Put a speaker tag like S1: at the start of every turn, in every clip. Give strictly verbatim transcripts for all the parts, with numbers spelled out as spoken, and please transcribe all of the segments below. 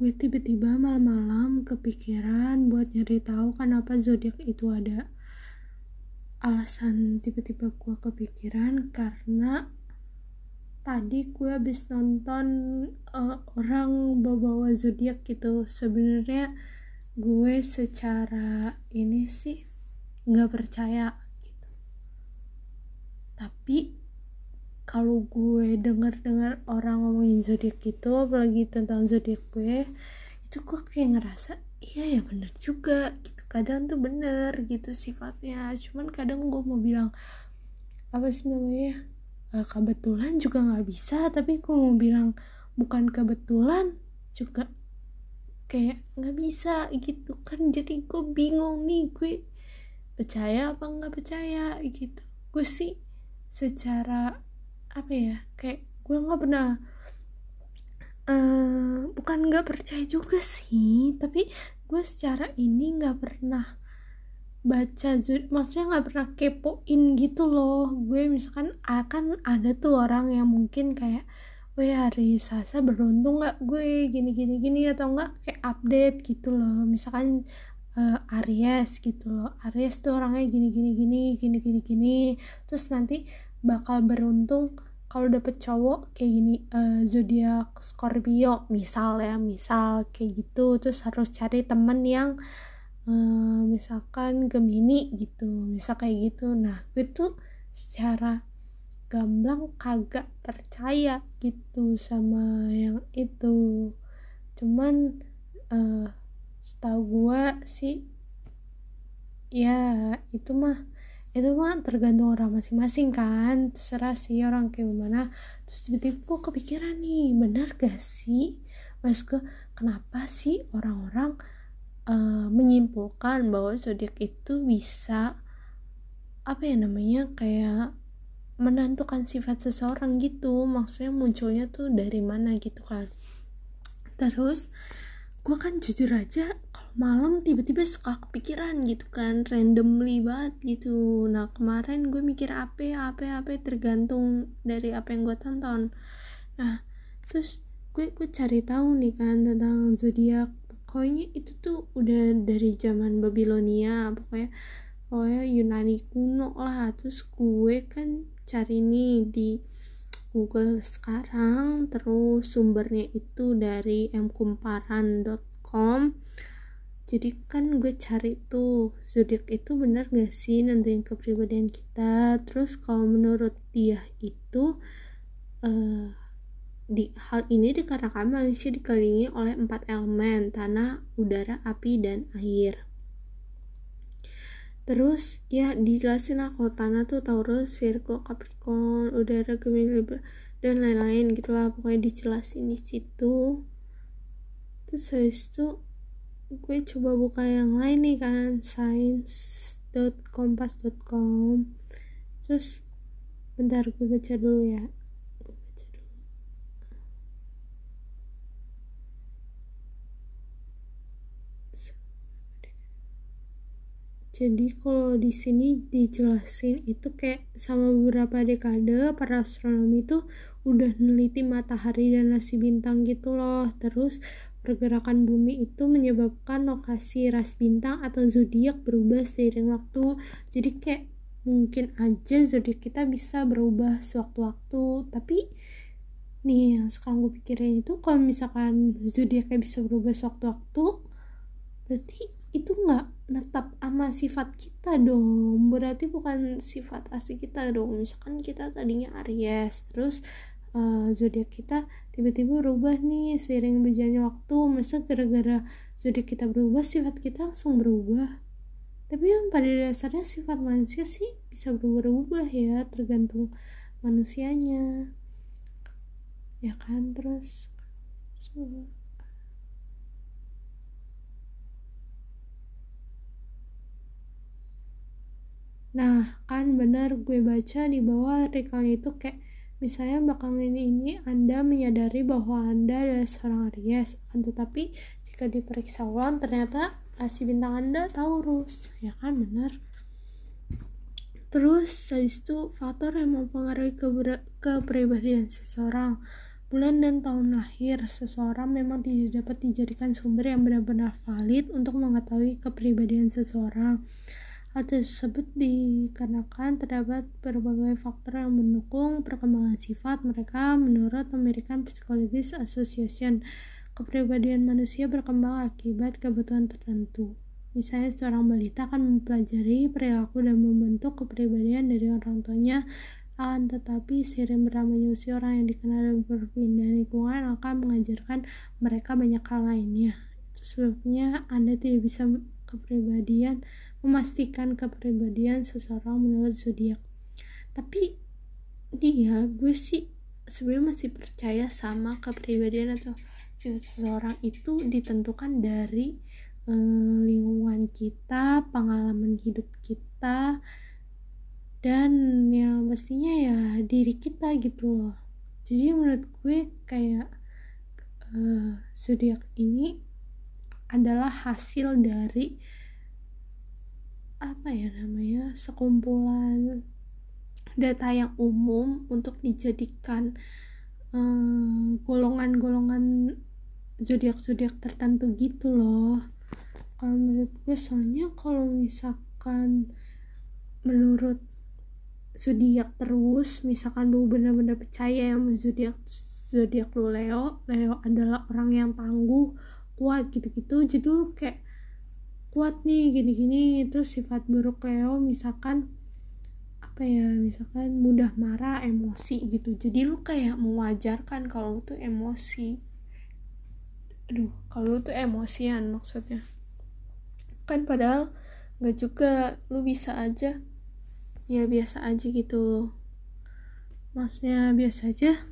S1: gue tiba-tiba malam-malam kepikiran buat nyari tahu kenapa zodiak itu ada. Alasan tiba-tiba gue kepikiran karena tadi gue habis nonton uh, orang bawa-bawa zodiak gitu. Sebenarnya gue secara ini sih nggak percaya gitu. Tapi kalau gue dengar-dengar orang ngomongin zodiak gitu, apalagi tentang zodiak gue, itu gue kayak ngerasa iya ya bener juga gitu. Kadang tuh bener gitu sifatnya, cuman kadang gue mau bilang apa sih namanya uh, kebetulan juga nggak bisa, tapi gue mau bilang bukan kebetulan juga kayak nggak bisa gitu kan. Jadi gue bingung nih, gue percaya apa nggak percaya gitu. Gue sih secara apa ya, kayak gue nggak pernah uh, bukan nggak percaya juga sih, tapi gue secara ini nggak pernah baca, maksudnya nggak pernah kepoin gitu loh. Gue misalkan akan ada tuh orang yang mungkin kayak, weh hari Selasa beruntung nggak gue gini gini gini, atau enggak kayak update gitu loh. Misalkan uh, Aries gitu loh, Aries tuh orangnya gini gini gini gini gini gini, terus nanti bakal beruntung kalau dapet cowok kayak gini, uh, zodiak Scorpio misal ya, misal kayak gitu. Terus harus cari temen yang uh, misalkan Gemini gitu, misal kayak gitu. Nah gue tuh secara gamblang kagak percaya gitu sama yang itu. Cuman uh, setahu gue sih ya itu mah itu mah tergantung orang masing-masing kan, terserah sih orang kayak gimana. Terus tiba-tiba gue kepikiran nih, benar gak sih mas gue, kenapa sih orang-orang uh, menyimpulkan bahwa zodiak itu bisa apa ya namanya kayak menentukan sifat seseorang gitu. Maksudnya munculnya tuh dari mana gitu kan. Terus gue kan jujur aja kalau malam tiba-tiba suka kepikiran gitu kan, randomly banget gitu. Nah kemarin gue mikir apa apa apa tergantung dari apa yang gue tonton. Nah terus gue gue cari tahu nih kan tentang zodiak. Pokoknya itu tuh udah dari zaman Babilonia, pokoknya pokoknya Yunani kuno lah. Terus gue kan cari nih di Google sekarang, terus sumbernya itu dari m kumparan dot com. Jadi kan gue cari tuh zodiak itu benar gak sih nentuin kepribadian kita. Terus kalau menurut dia itu uh, di hal ini dikarenakan manusia dikelilingi oleh empat elemen: tanah, udara, api, dan air. Terus ya dijelasin lah kalau tanah tuh Taurus, Virgo, Capricorn, udara, Gemini, Libra, dan lain-lain gitulah, pokoknya dijelasin di situ. Terus habis itu gue coba buka yang lain nih kan, science dot kompas dot com. Terus bentar gue baca dulu ya. Gue baca dulu. Jadi kalau di sini dijelasin itu kayak sama beberapa dekade para astronomi itu udah neliti matahari dan rasi bintang gitu loh. Terus pergerakan bumi itu menyebabkan lokasi ras bintang atau zodiak berubah seiring waktu. Jadi kayak mungkin aja zodiak kita bisa berubah sewaktu-waktu. Tapi nih yang sekarang gue pikirin itu, kalau misalkan zodiaknya bisa berubah sewaktu-waktu, berarti itu nggak netap sama sifat kita dong. Berarti bukan sifat asli kita dong. Misalkan kita tadinya Aries, terus uh, zodiak kita tiba-tiba berubah nih seiring berjalannya waktu. Masa gara-gara zodiak kita berubah sifat kita langsung berubah? Tapi yang pada dasarnya sifat manusia sih bisa berubah-ubah ya, tergantung manusianya ya kan. Terus so, nah kan benar gue baca di bawah artikelnya itu kayak misalnya belakangan ini Anda menyadari bahwa Anda adalah seorang Aries, akan tetapi jika diperiksa ulang ternyata rasi bintang Anda Taurus, ya kan benar. Terus habis itu faktor yang mempengaruhi keber- kepribadian seseorang. bulan dan tahun lahir seseorang memang tidak dapat dijadikan sumber yang benar-benar valid untuk mengetahui kepribadian seseorang. Hal tersebut dikarenakan terdapat berbagai faktor yang mendukung perkembangan sifat mereka. Menurut American Psychological Association, kepribadian manusia berkembang akibat kebutuhan tertentu. Misalnya, seorang balita akan mempelajari perilaku dan membentuk kepribadian dari orang tuanya, akan tetapi seiring bertambahnya usia, orang yang dikenal dan berpindah lingkungan akan mengajarkan mereka banyak hal lainnya. Itu sebabnya Anda tidak bisa kepribadian memastikan kepribadian seseorang menurut zodiak. Tapi dia gue sih sebenarnya masih percaya sama kepribadian atau seseorang itu ditentukan dari eh, lingkungan kita, pengalaman hidup kita, dan yang pastinya ya diri kita gitu loh. Jadi menurut gue kayak eh, zodiak ini adalah hasil dari apa ya namanya sekumpulan data yang umum untuk dijadikan um, golongan-golongan zodiak-zodiak tertentu gitu loh. Kalau menurut gue, soalnya kalau misalkan menurut zodiak terus, misalkan lu benar-benar percaya sama zodiak zodiak lu Leo, Leo adalah orang yang tangguh, kuat gitu-gitu, jadi lu kayak kuat nih gini-gini. Terus sifat buruk Leo misalkan apa ya, misalkan mudah marah, emosi gitu, jadi lu kayak mewajarkan kalau lu tuh emosi. Aduh, kalau lu tuh emosian maksudnya kan, padahal gak juga, lu bisa aja ya biasa aja gitu, maksudnya biasa aja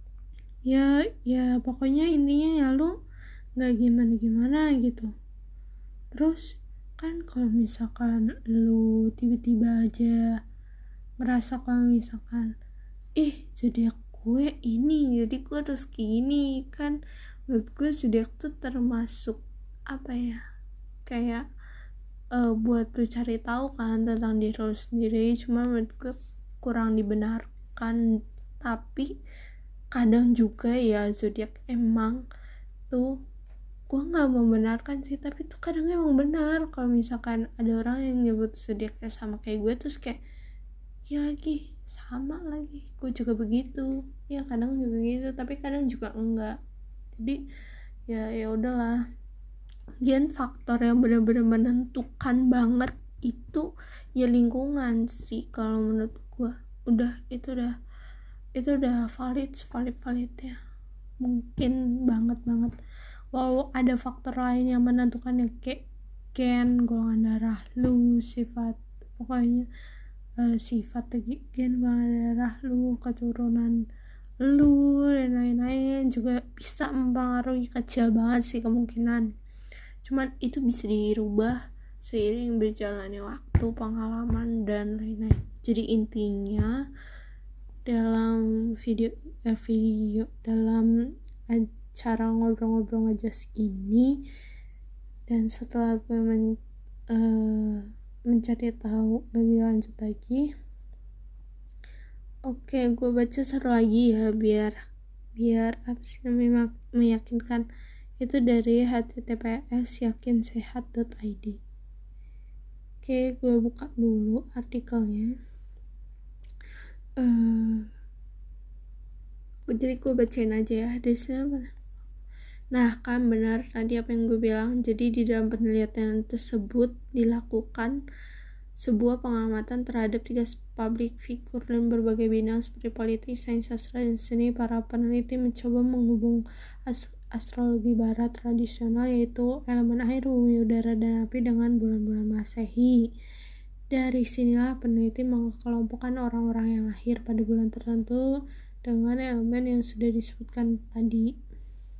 S1: ya ya pokoknya intinya ya lu gak gimana-gimana gitu. Terus kan kalau misalkan lu tiba-tiba aja merasa kalau misalkan ih zodiak gue ini jadi gue harus gini, kan menurut gue zodiak tuh termasuk apa ya, kayak uh, buat lu cari tahu kan tentang diri lu sendiri. Cuma menurut gue kurang dibenarkan, tapi kadang juga ya zodiak emang tuh, gue nggak membenarkan sih, tapi tuh kadang emang benar. Kalau misalkan ada orang yang nyebut zodiaknya sama kayak gue, terus kayak ya lagi sama lagi, gue juga begitu ya, kadang juga gitu, tapi kadang juga enggak. Jadi ya ya udahlah. Gian faktor yang benar-benar menentukan banget itu ya lingkungan sih kalau menurut gue. Udah itu udah itu udah valid valid valid ya, mungkin banget banget. Walau ada faktor lain yang menentukan ya, kayak gen, golongan darah lu, sifat, pokoknya uh, sifat gen, golongan darah lu, keturunan lu, dan lain-lain juga bisa mempengaruhi, kecil banget sih kemungkinan. Cuman itu bisa dirubah seiring berjalannya waktu, pengalaman, dan lain-lain. Jadi intinya dalam video eh, video dalam cara ngobrol-ngobrol ngejas ini, dan setelah gue men, uh, mencari tahu lebih lanjut lagi, oke okay, gue baca satu lagi ya biar biar apa sih namanya meyakinkan. Itu dari h t t p s yakinsehat dot i d. Oke okay, gue buka dulu artikelnya. uh, jadi gue bacain aja ya. Di sini nah kan benar tadi apa yang gue bilang. Jadi di dalam penelitian tersebut dilakukan sebuah pengamatan terhadap tiga public figure dan berbagai bidang seperti politik, sains, sastra, dan seni. Para peneliti mencoba menghubung as- astrologi barat tradisional, yaitu elemen air, bumi, udara, dan api, dengan bulan-bulan Masehi. Dari sinilah peneliti mengelompokkan orang-orang yang lahir pada bulan tertentu dengan elemen yang sudah disebutkan tadi.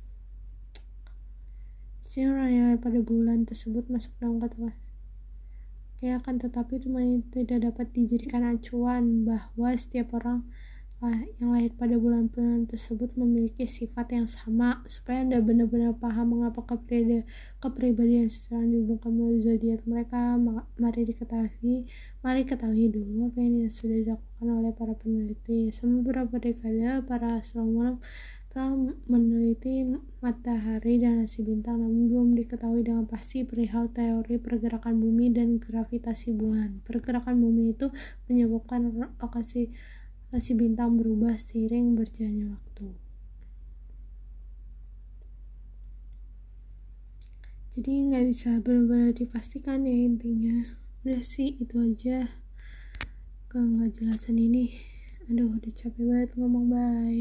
S1: Sini orang yang lahir pada bulan tersebut masuk dalam kategori. Ya, akan tetapi itu tidak dapat dijadikan acuan bahwa setiap orang yang lahir pada bulan-bulan tersebut memiliki sifat yang sama. Supaya Anda benar-benar paham mengapa kepribadian seseorang dihubungkan melalui zodiak mereka, mari diketahui mari ketahui dulu apa yang sudah dilakukan oleh para peneliti. Selama beberapa dekade, para astronom telah meneliti matahari dan rasi bintang, namun belum diketahui dengan pasti perihal teori pergerakan bumi dan gravitasi bulan. Pergerakan bumi itu menyebabkan lokasi rasi bintang berubah seiring berjalannya waktu. Jadi nggak bisa benar-benar dipastikan ya intinya. Udah sih itu aja ke nggak jelasan ini. Aduh udah capek banget ngomong, bye.